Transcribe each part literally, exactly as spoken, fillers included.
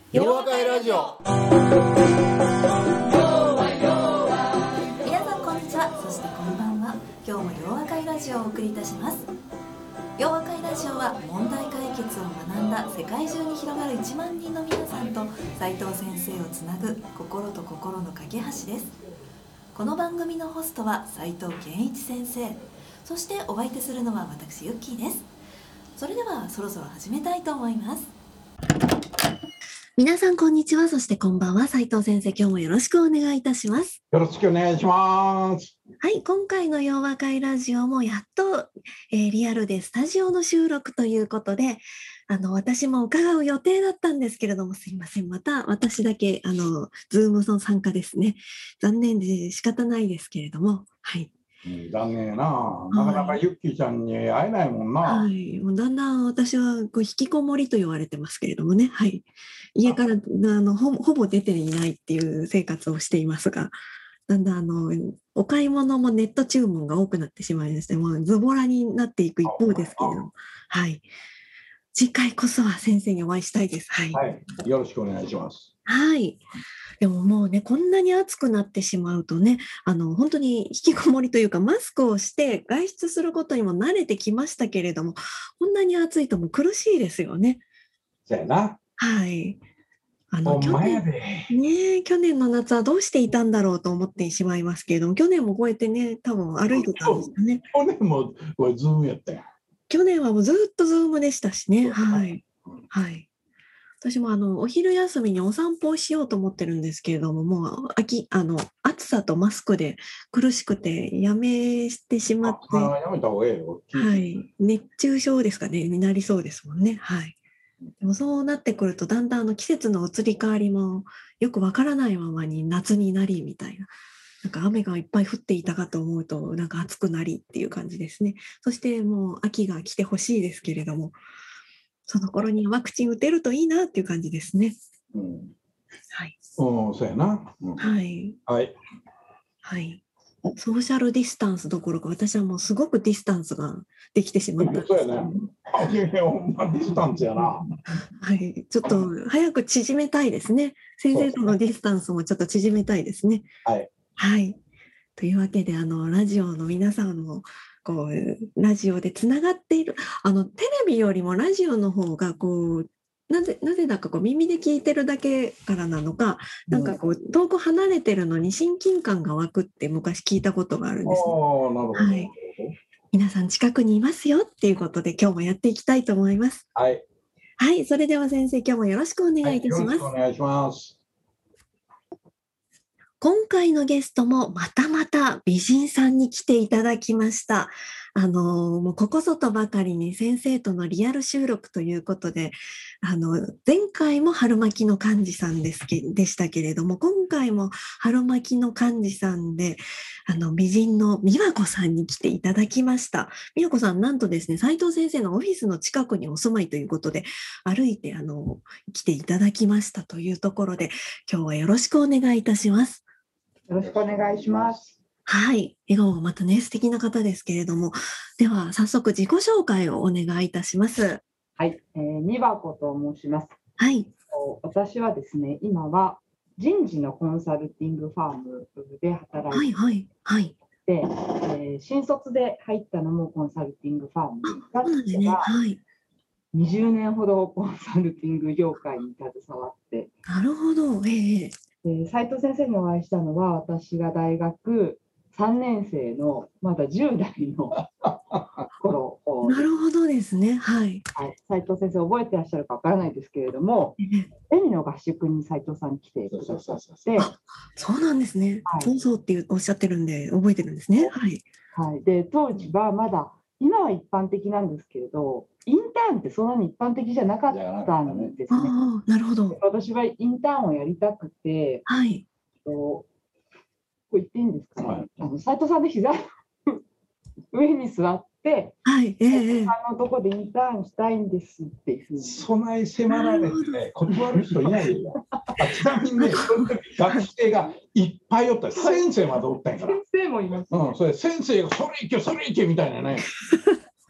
ようわかいラジオ。 皆さんこんにちは、そしてこんばんは。今日もようわかいラジオをお送りいたします。ようわかいラジオは問題解決を学んだ世界中に広がるいちまんにんの皆さんと斉藤先生をつなぐ心と心の架け橋です。この番組のホストは斉藤健一先生、そしてお相手するのは私ユッキーです。それではそろそろ始めたいと思います。皆さんこんにちは、そしてこんばんは。斉藤先生、今日もよろしくお願いいたします。 よろしくお願いします。 はい、今回のようわかいラジオもやっと、えー、リアルでスタジオの収録ということで、あの私も伺う予定だったんですけれども、すいません、また私だけあのズームの参加ですね。残念で仕方ないですけれども、はい。 うん、残念やな。なかなかユッキーちゃんに会えないもんな。 はい、もうだんだん私はこう引きこもりと言われてますけれどもね、はい、家からあの ほ, ほぼ出ていないっていう生活をしていますが、だんだんあのお買い物もネット注文が多くなってしまいまして、もうズボラになっていく一方ですけれども、はい、次回こそは先生にお会いしたいです。はい、 はい、よろしくお願いします。 はい。でももうね、こんなに暑くなってしまうとね、あの本当に引きこもりというか、マスクをして外出することにも慣れてきましたけれども、こんなに暑いともう苦しいですよね。 そうやな。 はい。あの去年ね、去年の夏はどうしていたんだろうと思ってしまいますけれども、去年もこうやってね、多分歩いてたんですよね。 去年もこれズームやったやん。 去年はもうずっとズームでしたしね。はい。はい。私もあのお昼休みにお散歩をしようと思ってるんですけれども、もう秋あの暑さとマスクで苦しくてやめてしまって、 やめた方がいいよ。 はい、熱中症ですかね、になりそうですもんね。はい。でもそうなってくると、だんだんあの季節の移り変わりもよくわからないままに夏になりみたいな。なんか雨がいっぱい降っていたかと思うと、なんか暑くなりっていう感じですね。そしてもう秋が来てほしいですけれども、その頃にワクチン打てるといいなっていう感じですね。 うん。 はい。 うん、そうやな。うん、 はい。 はい。 はい。ソーシャルディスタンスどころか、私はもうすごくディスタンスができてしまったんです。 そうやね。あ、いやいや、ほんまディスタンスやな。はい。ちょっと早く縮めたいですね。先生とのディスタンスもちょっと縮めたいですね。 はい。 はい。というわけで、あのラジオの皆さんもこうラジオでつながっている、あのテレビよりもラジオの方がこうなぜなぜだかこう耳で聞いてるだけからなのか、なんかこう遠く離れてるのに親近感が湧くって昔聞いたことがあるんです、ね。 ああ、なるほど。はい。 皆さん近くにいますよっていうことで今日もやっていきたいと思います。 はい。 はい、それでは先生、今日もよろしくお願いいたします。はい、よろしくお願いします。 今回のゲストもまたまた美人さんに来ていただきました。あのもうここぞとばかりに先生とのリアル収録ということで、あの前回も春巻きの幹事さんですけでしたけれども、今回も春巻きの幹事さんで、あの美人の美和子さんに来ていただきました。美和子さん、なんとですね、斉藤先生のオフィスの近くにお住まいということで、歩いてあの来ていただきましたというところで、今日はよろしくお願いいたします。 よろしくお願いします。 はい。笑顔がまたね、素敵な方ですけれども。では、早速自己紹介をお願いいたします。 はい。えー、美和子と申します。 はい。 私はですね、今は人事のコンサルティングファームで働いていて、 はいはいはい。 で、えー、新卒で入ったのもコンサルティングファームだったんですが、はい、にじゅうねんほどコンサルティング業界に携わって。 なるほど。ええ。 斉藤先生にお会いしたのは、私が大学さんねん生のまだじゅう代の頃。 なるほどですね。はい。 はい、斉藤先生覚えてらっしゃるかわからないですけれども、ゼミの合宿に斉藤さん来てくださって、 そうなんですね。はい、そうそうっておっしゃってるんで覚えてるんですね。はい。 はい。で、当時はまだ今は一般的なんですけれど、インターンってそんなに一般的じゃなかったんですね。 ああ、なるほど。 私はインターンをやりたくて、 はい。 とこう言っていいんですかね。はい、あの斉藤さんの膝上に座って、 はい、ええ、 あのとこでインターンしたいんですっていうふうに。 そない迫られて断る人いないよ。ちなみにね、その時学生がいっぱいおった。先生までおったんやから。 先生もいます、 ね。うん、それ先生がそれ行けそれ行けみたいなね。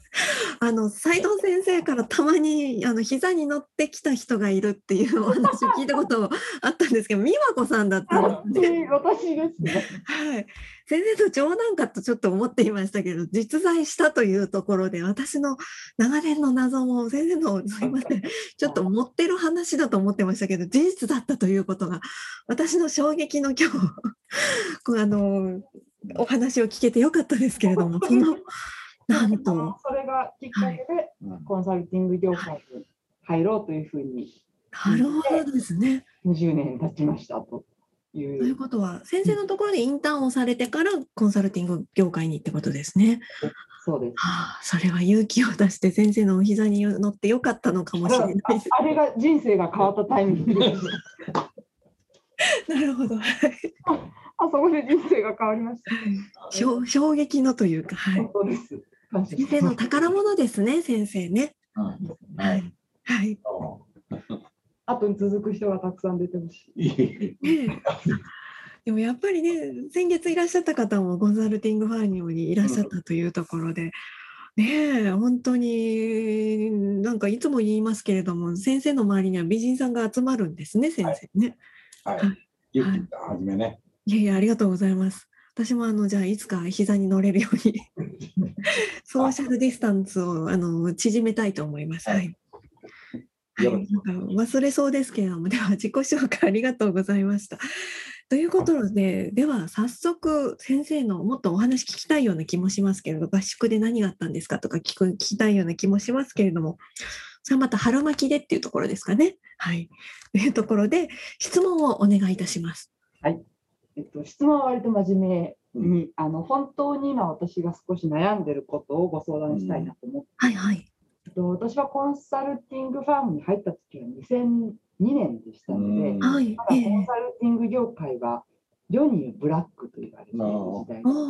あの斉藤先生からたまにあの膝に乗ってきた人がいるっていうお話を聞いたことあったんですけど、美和子さんだったんですね。 私ですね。 はい。先生と冗談かとちょっと思っていましたけど、実在したというところで、私の長年の謎も先生のすいません、ちょっと持ってる話だと思ってましたけど、事実だったということが、私の衝撃の今日こうあのお話を聞けてよかったですけれども、そのなんとそれがきっかけでコンサルティング業界に入ろうというふうに、 なるほどですね。 にじゅうねん経ちましたという。 ということは、先生のところでインターンをされてからコンサルティング業界にってことですね。 そうです。 はあ、それは勇気を出して先生のお膝に乗ってよかったのかもしれないです。 あれが人生が変わったタイミングです。 なるほど。 あそこで人生が変わりました。 衝衝撃のというか、はい。 そうです。 先生の宝物ですね、先生ね。 はいはい。はい。 あとに続く人がたくさん出てほしい。 ね、でもやっぱりね、先月いらっしゃった方もコンサルティングファンにいらっしゃったというところで、ねえ、本当になんかいつも言いますけれども、先生の周りには美人さんが集まるんですね、先生ね。 はい。はい。ゆきはじめね。 いやいや、ありがとうございます。私もあのじゃあいつか膝に乗れるようにソーシャルディスタンスをあの縮めたいと思います。はい。はい、なんか忘れそうですけれども、では自己紹介ありがとうございました。ということで、では早速先生のもっとお話聞きたいような気もしますけれど、合宿で何があったんですかとか聞く聞きたいような気もしますけれども、それはまた春巻きでっていうところですかね。はい。というところで質問をお願いいたします。 はい。えっと、質問は割と真面目に、うん、あの本当に今私が少し悩んでることをご相談したいなと思って、 うん、はいはい。 えっと、私はコンサルティングファームに入った時はにせんにねんでしたので、まだコンサルティング業界は世に言うブラックと言われている時代です。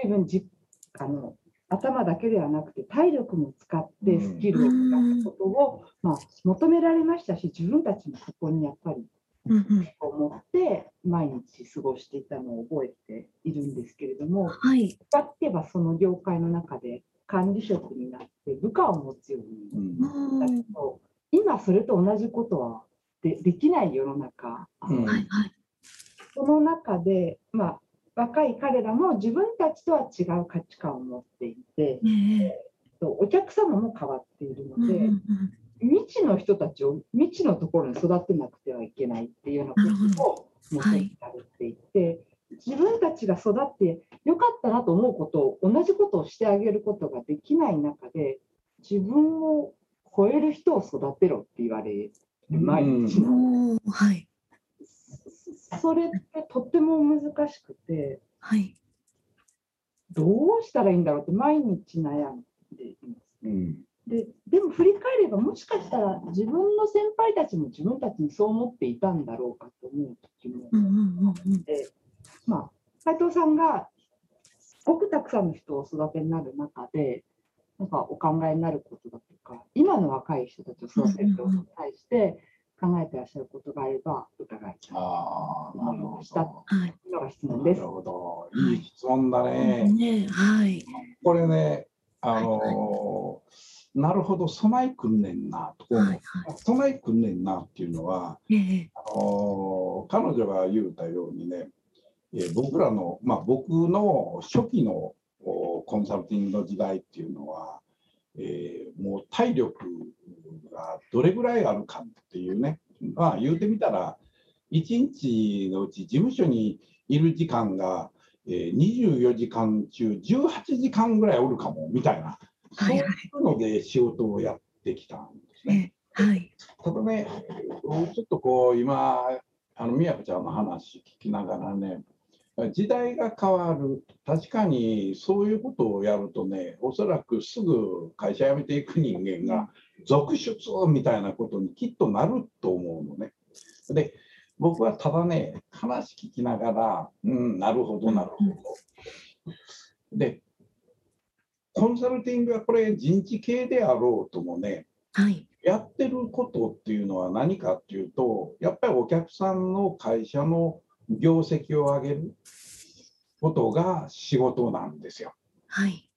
随分じあの頭だけではなくて体力も使ってスキルを磨くことを、まあ、求められましたし、自分たちもそこにやっぱり思って毎日過ごしていたのを覚えているんですけれども、 はい、 やってばその業界の中で管理職になって部下を持つようになると、今それと同じことは で, できない世の中、 はいはい、 その中で、まあ、若い彼らも自分たちとは違う価値観を持っていて、えー、お客様も変わっているので、うんうんうん、未知の人たちを未知のところに育てなくてはいけないっていうようなことを求められていて、はい、自分たちが育ってよかったなと思うことを同じことをしてあげることができない中で、自分を超える人を育てろって言われる毎日の、 うんはい、 それってとっても難しくて、 はい、 どうしたらいいんだろうって毎日悩んでいます。うんで, でも振り返れば、もしかしたら自分の先輩たちも自分たちにそう思っていたんだろうかと思う時もあって、まあ、斉藤さんがすごくたくさんの人をお育てになる中で、なんかお考えになることだとか、今の若い人たちを育てることに対して考えていらっしゃることがあれば伺いたいと思いました。というのが質問です。 なるほど、いい質問だね。 ねはい、 これね、あのーはいなるほど、備え訓練なと、はいはい、備え訓練なっていうのは、ええ、あの彼女が言うたようにね、えー、僕らの、まあ、僕の初期のコンサルティングの時代っていうのは、えー、もう体力がどれぐらいあるかっていうね、まあ、言うてみたら、いちにちのうち事務所にいる時間が、えー、にじゅうよじかん中じゅうはちじかんぐらいおるかもみたいな。そういうので仕事をやってきたんですね。 はい、 ただね、ちょっとこう今、あの宮子ちゃんの話聞きながらね、時代が変わる、確かにそういうことをやるとね、おそらくすぐ会社辞めていく人間が続出みたいなことにきっとなると思うのね。で、僕はただね、話聞きながら、うん、なるほど、なるほど。でコンサルティングはこれ人事系であろうともね、 はい、 やってることっていうのは何かっていうと、やっぱりお客さんの会社の業績を上げることが仕事なんですよ。 はい、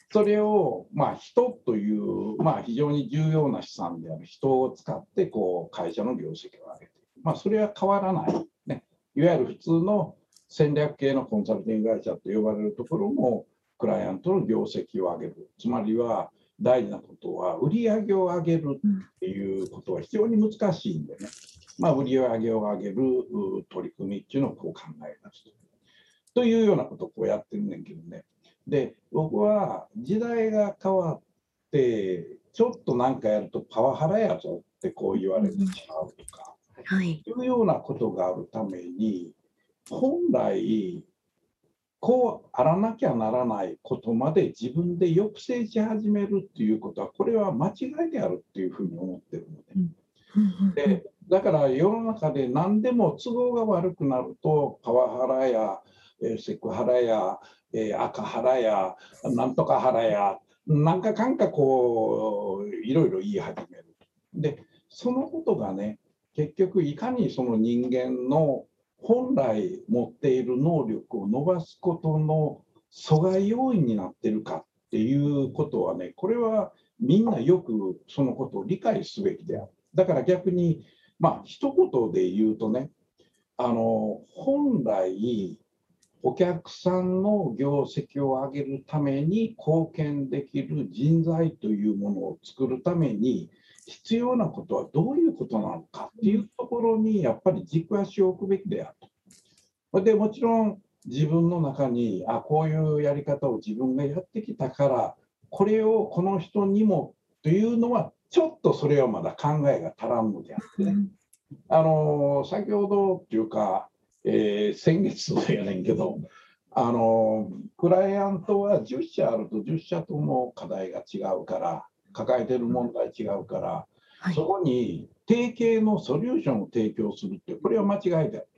それを、まあ、人という、まあ、非常に重要な資産である人を使ってこう会社の業績を上げていく、まあ、それは変わらない、ね、いわゆる普通の戦略系のコンサルティング会社と呼ばれるところもクライアントの業績を上げる、つまりは大事なことは売上を上げるっていうことは非常に難しいんでね、まあ、売上を上げる取り組みっていうのをこう考え出すと。というようなことをこうやってるんだけどね。で、僕は時代が変わって、ちょっとなんかやるとパワハラやぞってこう言われてしまうとか、 はい。 いうようなことがあるために、本来、こうあらなきゃならないことまで自分で抑制し始めるっていうことは、これは間違いであるっていうふうに思ってるので。で、だから世の中で何でも都合が悪くなると、パワハラや、えーセクハラや、えー赤ハラや、なんとかハラや、なんかかんかこう、いろいろ言い始める。で、そのことがね、結局いかにその人間の本来持っている能力を伸ばすことの阻害要因になっているかっていうことはね、これはみんなよくそのことを理解すべきである。だから逆に、まあ一言で言うとね、あの本来お客さんの業績を上げるために貢献できる人材というものを作るために必要なことはどういうことなのかっていうところにやっぱり軸足を置くべきであると。でもちろん自分の中にあこういうやり方を自分がやってきたからこれをこの人にもというのはちょっとそれはまだ考えが足らんのであってね。あの先ほどっていうか、えー、先月やねんけどあのクライアントはじゅっ社あるとじゅっ社とも課題が違うから抱えてる問題違うから、はい、そこに定型のソリューションを提供するってこれは間違いである、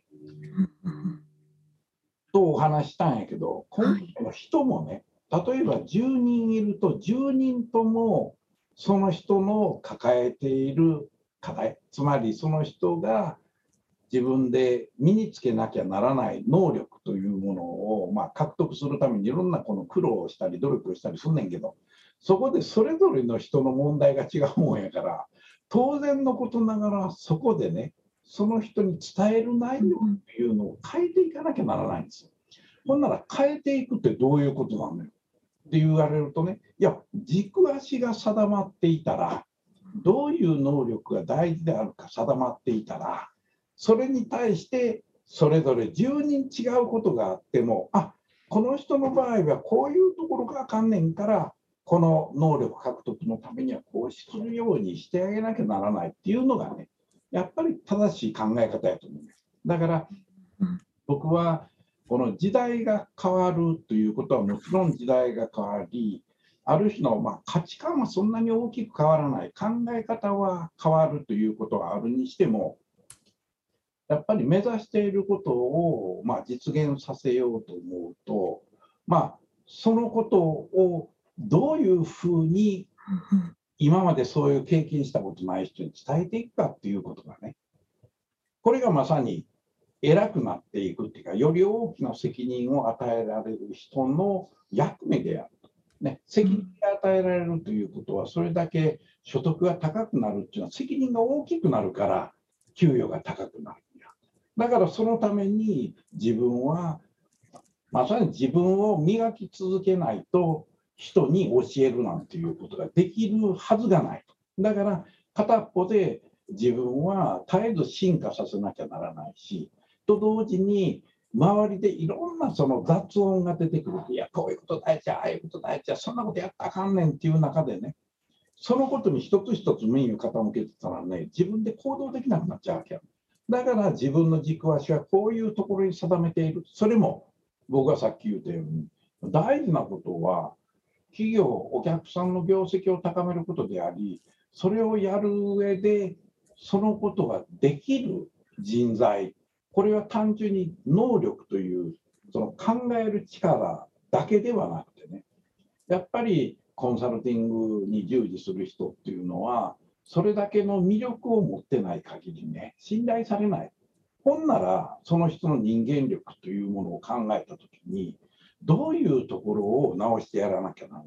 とお話したんやけど今回の人もね例えばじゅうにんいるとじゅうにんともその人の抱えている課題つまりその人が自分で身につけなきゃならない能力というものを、まあ、獲得するためにいろんなこの苦労をしたり努力をしたりすんねんけどそこでそれぞれの人の問題が違うもんやから当然のことながらそこでねその人に伝える内容っていうのを変えていかなきゃならないんですよ。ほんなら変えていくってどういうことなのよって言われるとねいや軸足が定まっていたらどういう能力が大事であるか定まっていたらそれに対してそれぞれじゅうにん違うことがあってもあこの人の場合はこういうところがあかんねんからこの能力獲得のためにはこうするようにしてあげなきゃならないっていうのがねやっぱり正しい考え方やと思います。だから僕はこの時代が変わるということはもちろん時代が変わりある種のまあ価値観はそんなに大きく変わらない考え方は変わるということはあるにしてもやっぱり目指していることを、まあ、実現させようと思うと、まあ、そのことをどういうふうに今までそういう経験したことない人に伝えていくかっていうことがねこれがまさに偉くなっていくっていうかより大きな責任を与えられる人の役目である、ね、責任が与えられるということはそれだけ所得が高くなるっていうのは責任が大きくなるから給与が高くなる。だからそのために自分はまさに自分を磨き続けないと人に教えるなんていうことができるはずがない。だから片っぽで自分は絶えず進化させなきゃならないしと同時に周りでいろんなその雑音が出てくるいやこういうこと大事ああいうこと大事そんなことやったらあかんねんっていう中でねそのことに一つ一つ目を傾けてたらね自分で行動できなくなっちゃうわけや。だから自分の軸足はこういうところに定めている。それも僕がさっき言ったように大事なことは企業お客さんの業績を高めることでありそれをやる上でそのことができる人材これは単純に能力というその考える力だけではなくてねやっぱりコンサルティングに従事する人っていうのはそれだけの魅力を持ってない限りね信頼されない。ほんならその人の人間力というものを考えたときにどういうところを直してやらなきゃならないか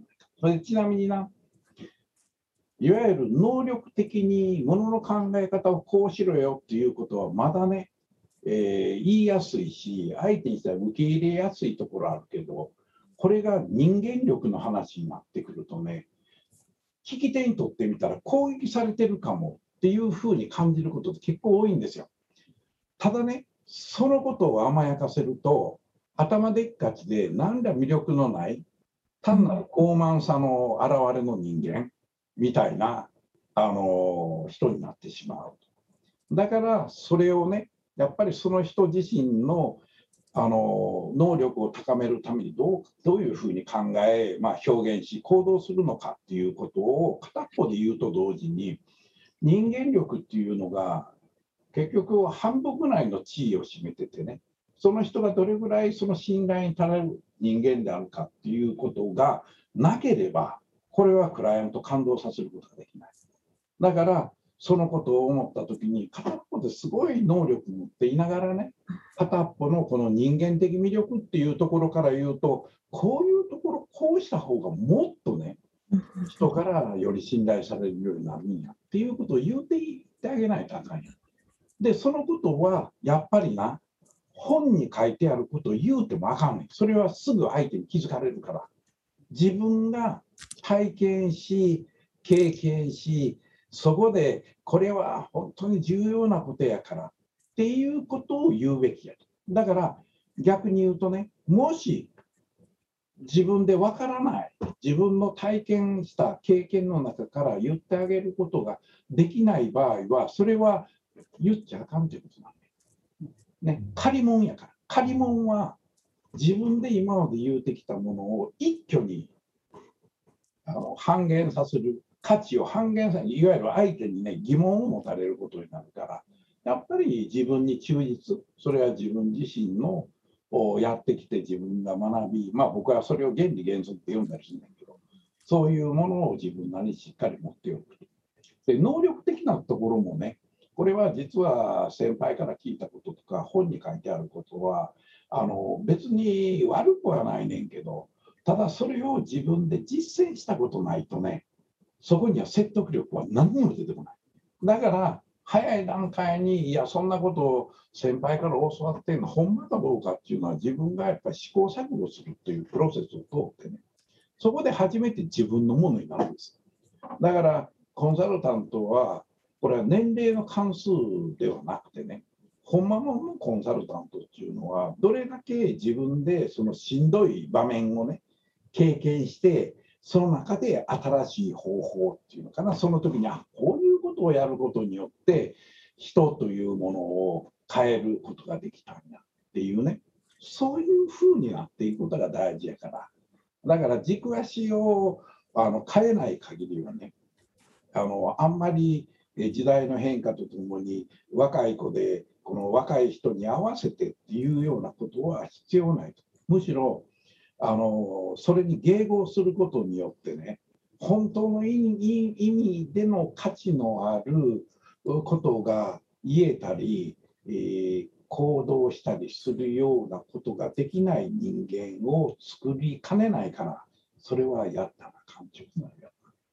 それちなみにな、いわゆる能力的にものの考え方をこうしろよっていうことはまだね、えー言いやすいし、相手にしたら受け入れやすいところあるけど、これが人間力の話になってくるとね、聞き手にとってみたら攻撃されてるかもっていうふうに感じることって結構多いんですよ。ただね、そのことを甘やかせると、頭でっかちで何ら魅力のない単なる傲慢さの表れの人間みたいな、あの人になってしまう。だからそれをね、やっぱりその人自身の、あの能力を高めるためにどう、どういうふうに考え、まあ、表現し行動するのかっていうことを片っぽで言うと同時に、人間力っていうのが結局半分ぐらいの地位を占めててね、その人がどれぐらいその信頼に足れる人間であるかっていうことがなければ、これはクライアントを感動させることができない。だからそのことを思った時に、片っぽですごい能力を持っていながらね、片っぽのこの人間的魅力っていうところから言うと、こういうところこうした方がもっとね、人からより信頼されるようになるんやっていうことを言うていってあげないとあかんや。で、そのことはやっぱりな、本に書いてあることを言うてもあかんねん。それはすぐ相手に気づかれるから。自分が体験し、経験し、そこでこれは本当に重要なことやからっていうことを言うべきやと。だから逆に言うとね、もし自分でわからない、自分の体験した経験の中から言ってあげることができない場合は、それは言っちゃあかんということなんだよ。ね、借り物やから。借り物は自分で今まで言うてきたものを一挙にあの半減させる、価値を半減させる、いわゆる相手にね、疑問を持たれることになるから、やっぱり自分に忠実、それは自分自身のやってきて自分が学び、まあ僕はそれを原理原則って呼んだりするんだけど、そういうものを自分なりにしっかり持っておく。で、能力的なところもね、これは実は先輩から聞いたこととか、本に書いてあることは、あの別に悪くはないねんけど、ただそれを自分で実践したことないとね、そこには説得力は何にも出てこない。だから早い段階に、いやそんなことを先輩から教わってんのほんまかどうかっていうのは、自分がやっぱり試行錯誤するというプロセスを通ってね、そこで初めて自分のものになるんです。だからコンサルタントは、これは年齢の関数ではなくてね、ほんまのコンサルタントっていうのは、どれだけ自分でそのしんどい場面をね、経験して、その中で新しい方法っていうのかな、その時に、あ、こういうことをやることによって、人というものを変えることができたんだっていうね、そういうふうになっていくことが大事やから、だから軸足をあの変えない限りはね、あのあんまり時代の変化とともに若い子でこの若い人に合わせてっていうようなことは必要ないと。むしろあのそれに迎合することによってね、本当の意味、意味での価値のあることが言えたり、えー、行動したりするようなことができない人間を作りかねないから、それはやったら感情になるよ。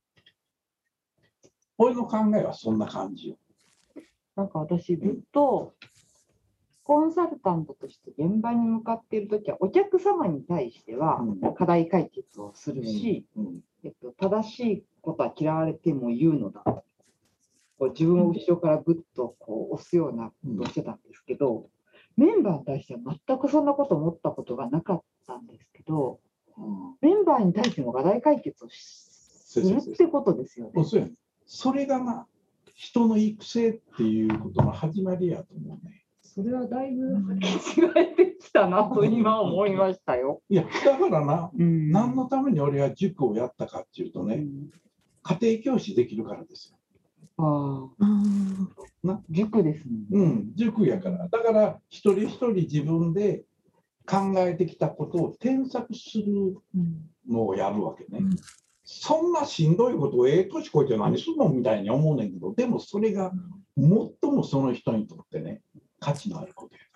俺の考えはそんな感じよ。 なんか私ずっとコンサルタントとして現場に向かっているときは、お客様に対しては課題解決をするし、うんうん、えっと、正しいことは嫌われても言うのだ、こう自分を後ろからぐっとこう押すようなことをしてたんですけど、うん、メンバーに対しては全くそんなこと思ったことがなかったんですけど、うん、メンバーに対しても課題解決をするってことですよね。 そうやね。それがまあ人の育成っていうことの始まりやと思うね。 それはだいぶ違えてきたなと今思いましたよ。 いや、だからな、うん、何のために俺が塾をやったかっていうとね、うん、家庭教師できるからですよ。 ああ、な塾ですね。 うん、塾やから。だから一人一人自分で考えてきたことを添削するのをやるわけね。うん、そんなしんどいことをええ年こいて何するのみたいに思うねんけど、でもそれが最もその人にとってね、価値のあることやから。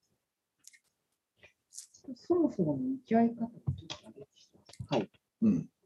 そもそもの向き合い方ができた。はい。 うん。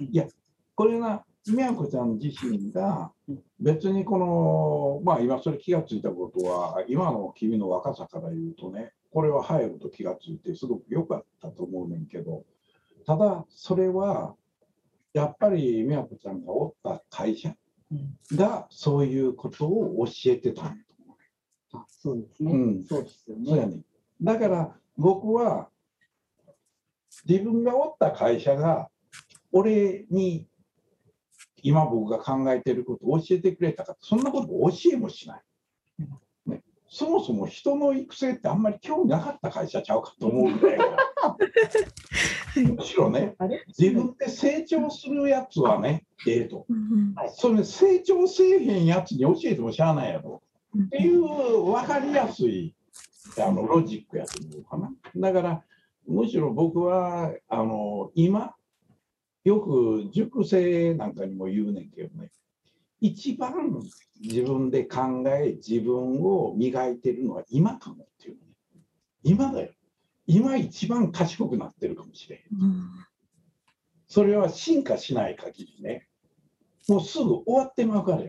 いや、これが宮子ちゃん自身が別にこの、まあ今それ気がついたことは、今の君の若さから言うとね、これは入ると気がついてすごく良かったと思うねんけど、ただそれはやっぱり宮子ちゃんがおった会社がそういうことを教えてたんやと思う。 あ、そうですね。 うん、 そうですよね。 そうやね。だから僕は自分がおった会社が俺に今僕が考えていることを教えてくれたか、そんなことを教えもしない、ね。そもそも人の育成ってあんまり興味なかった会社ちゃうかと思うんだよ。むしろね、自分で成長するやつはね、ええと。それ成長せえへんやつに教えてもしゃあないやろ。っていう分かりやすいあのロジックやと思うかな。だからむしろ僕はあの今よく塾生なんかにも言うねんけどね、一番自分で考え自分を磨いてるのは今かもっていうね。今だよ。今一番賢くなってるかもしれへん。うん、それは進化しない限りね、もうすぐ終わってまうからよ。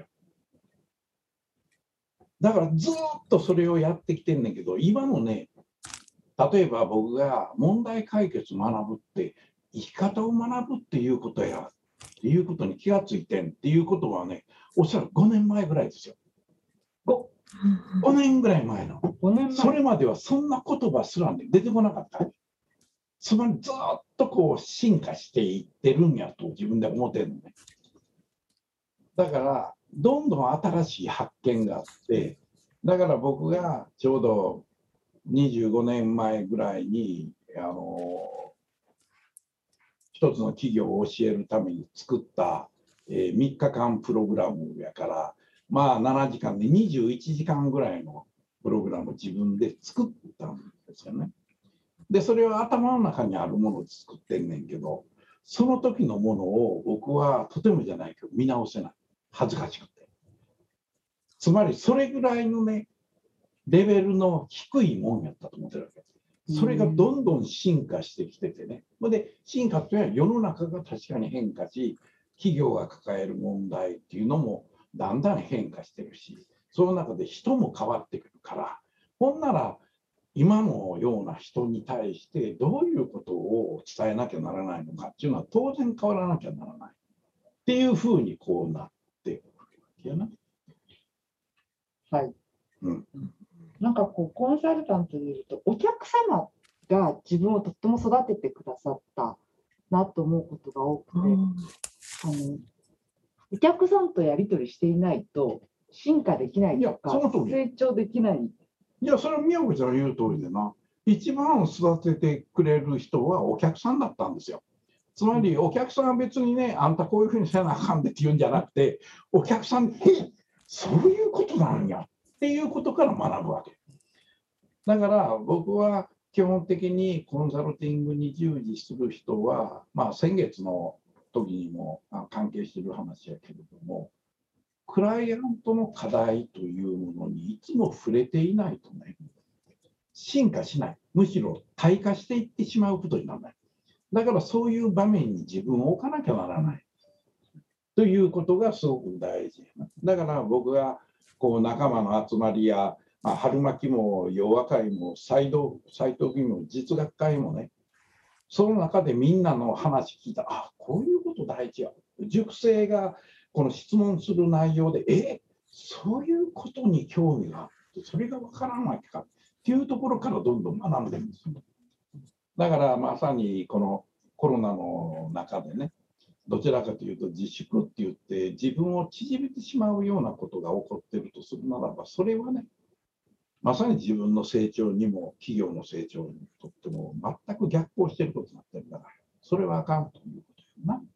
だからずっとそれをやってきてんねんけど、今のね、例えば僕が問題解決を学ぶって生き方を学ぶっていうことやっていうことに気がついてんっていうことはね、おそらくごねんまえぐらいですよ。ご, ごねんぐらい前の。ごねんまえ。それまではそんな言葉すら、ね、出てこなかった。つまりずっとこう進化していってるんやと自分で思ってるのね。だからどんどん新しい発見があって、だから僕がちょうどにじゅうごねんまえぐらいにあの一つの企業を教えるために作った、えー、みっかかんプログラムやから、まあななじかんでにじゅういちじかんぐらいのプログラムを自分で作ったんですよね。でそれは頭の中にあるものを作ってんねんけど、その時のものを僕はとてもじゃないけど見直せない。恥ずかしくて。つまりそれぐらいのねレベルの低いもんやったと思ってるわけ。それがどんどん進化してきててね。で進化というのは世の中が確かに変化し、企業が抱える問題っていうのもだんだん変化してるし、その中で人も変わってくるから、ほんなら今のような人に対してどういうことを伝えなきゃならないのかっていうのは当然変わらなきゃならないっていうふうにこうなっていくわけやな。 はい。 うん。 なんかこうコンサルタントでいうとお客様が自分をとっても育ててくださったなと思うことが多くて、うん、あのお客さんとやり取りしていないと進化できないとか成長できない。 いやそれは宮子ちゃんが言う通りでな、一番育ててくれる人はお客さんだったんですよ。つまりお客さんは別にね、あんたこういうふうにせなあかんでって言うんじゃなくて、お客さんえそういうことなんやっていうことから学ぶわけ。だから僕は基本的にコンサルティングに従事する人は、まあ、先月の時にも関係している話やけれども、クライアントの課題というものにいつも触れていないとね、進化しない。むしろ退化していってしまうことにならない。だからそういう場面に自分を置かなきゃならない。ということがすごく大事。だから僕がこう仲間の集まりや、まあ、春巻きも洋和会も斎藤組も実学会もね、その中でみんなの話聞いたら、あ、こういうこと大事や。塾生がこの質問する内容で、え、そういうことに興味があって、それが分からないかっていうところからどんどん学んでるんですよ。だからまさにこのコロナの中でね、どちらかというと自粛って言って自分を縮めてしまうようなことが起こっているとするならば、それはね、まさに自分の成長にも企業の成長にとっても全く逆行していることになってるんだから、それはあかんということやな。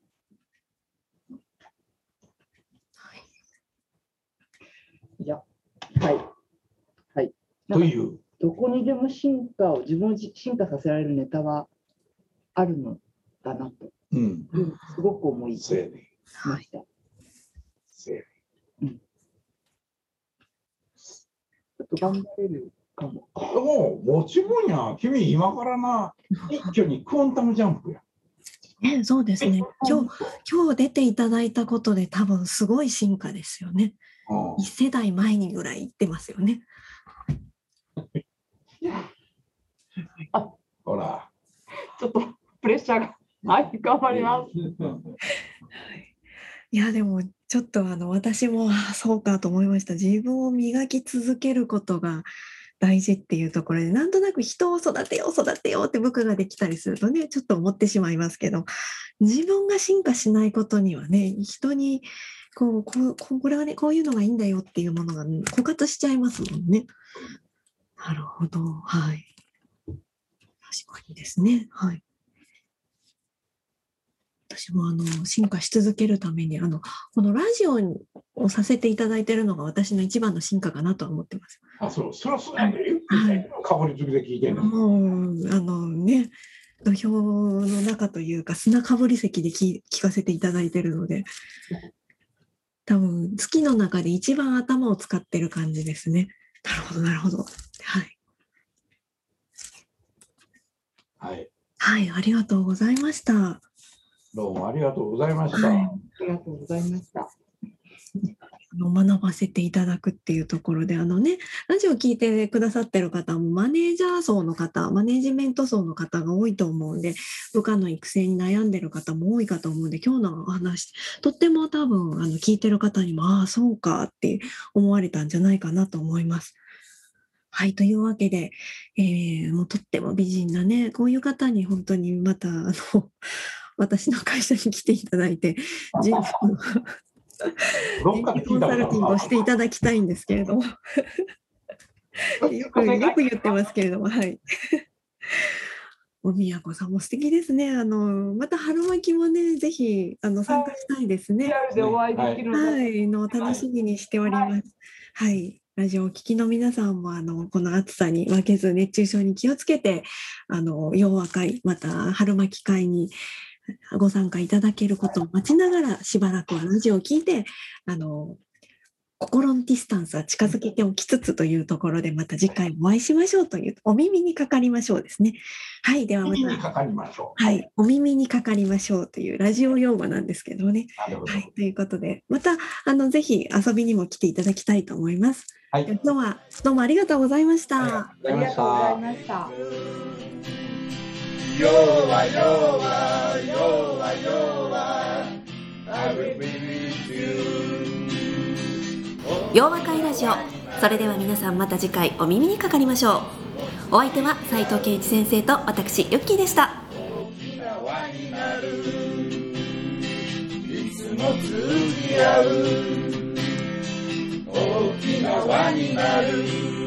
いや、はい。はい。 という。 どこにでも進化を、自分を進化させられるネタはあるのだなと、うん、すごく思いました。うん、ちょっと頑張れるかも。 もう、もちろんや。君、今からな、一挙にクォンタムジャンプや。 ね、そうですね。今日、今日出ていただいたことで多分すごい進化ですよね。一世代前にぐらい行ってますよね。 あ、ほら。 ちょっとプレッシャーが。はい、頑張ります。 いや、でもちょっとあの私もあそうかと思いました。自分を磨き続けることが大事っていうところで、なんとなく人を育てよう育てようって部下ができたりするとね、ちょっと思ってしまいますけど、自分が進化しないことにはね、人にこう、こう、これはね、こういうのがいいんだよっていうものが枯渇しちゃいますもんね。なるほど。はい。確かにですね。はい。私もあの進化し続けるためにあのこのラジオをさせていただいているのが私の一番の進化かなとは思ってます。 あ、そう、それはそうなんだよ。はい。かぶりつきで聞いてるの。 もうあのね、土俵の中というか砂かぶり席で聞聞かせていただいているので、多分月の中で一番頭を使ってる感じですね。なるほどなるほど。はい。 はい。 はい、ありがとうございました。 どうもありがとうございました。はい、 ありがとうございました。 あの学ばせていただくっていうところで、あのね、ラジオ聞いてくださってる方もマネージャー層の方、マネージメント層の方が多いと思うんで、部下の育成に悩んでる方も多いかと思うんで、今日のお話、とっても多分あの聞いてる方にも、ああ、そうかって思われたんじゃないかなと思います。はい、というわけで、えー、もうとっても美人なね、こういう方に本当にまた、あの、私の会社に来ていただいて、人事のコンサルティングをしていただきたいんですけれども、よく、よく言ってますけれども、はい。おみやこさんも素敵ですね。あの、また春巻きもね、ぜひ、あの、参加したいですね。 リアルでお会いできるの、 はい、の楽しみにしております。はい、はい、ラジオを聴きの皆さんも、あの、この暑さに負けず、熱中症に気をつけて、あの、洋和会、また春巻き会にご参加いただけることを待ちながら、しばらくはラジオを聞いて、あの、心のディスタンスは近づけておきつつというところで、また次回お会いしましょうという、お耳にかかりましょうですね。はい、ではまた。 お耳にかかりましょう。はい、お耳にかかりましょうというラジオ用語なんですけどね。 なるほど。 はい、ということで、また、あの、ぜひ遊びにも来ていただきたいと思います。はい。今日はどうもありがとうございました。 ありがとうございました。 よわよわよわよわ I will be with you 洋和会ラジオ、それでは皆さんまた次回お耳にかかりましょう。お相手は斉藤圭一先生と私ユッキーでした。 大きな輪になるいつも通じ合う大きな輪になる